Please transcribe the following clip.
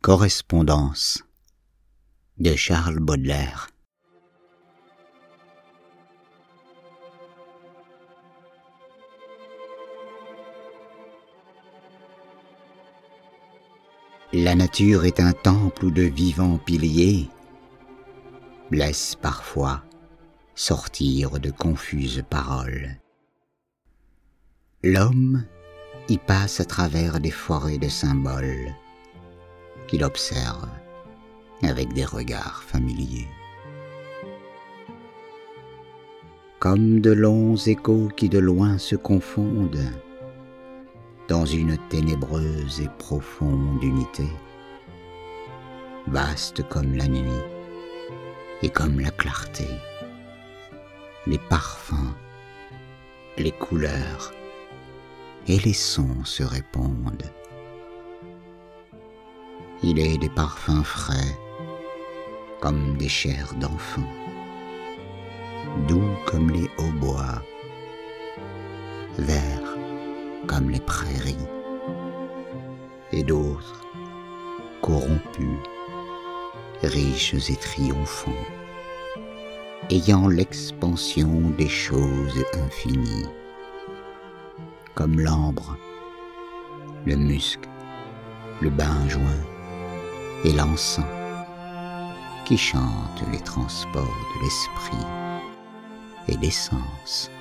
Correspondance de Charles Baudelaire. La nature est un temple où de vivants piliers laissent parfois sortir de confuses paroles. L'homme y passe à travers des forêts de symboles qu'il observe avec des regards familiers. Comme de longs échos qui de loin se confondent dans une ténébreuse et profonde unité, vaste comme la nuit et comme la clarté, les parfums, les couleurs et les sons se répondent. Il est des parfums frais comme des chairs d'enfants, doux comme les hautbois, verts comme les prairies, et d'autres corrompus, riches et triomphants, ayant l'expansion des choses infinies, comme l'ambre, le musc, le benjoin et l'encens, qui chantent les transports de l'esprit et des sens.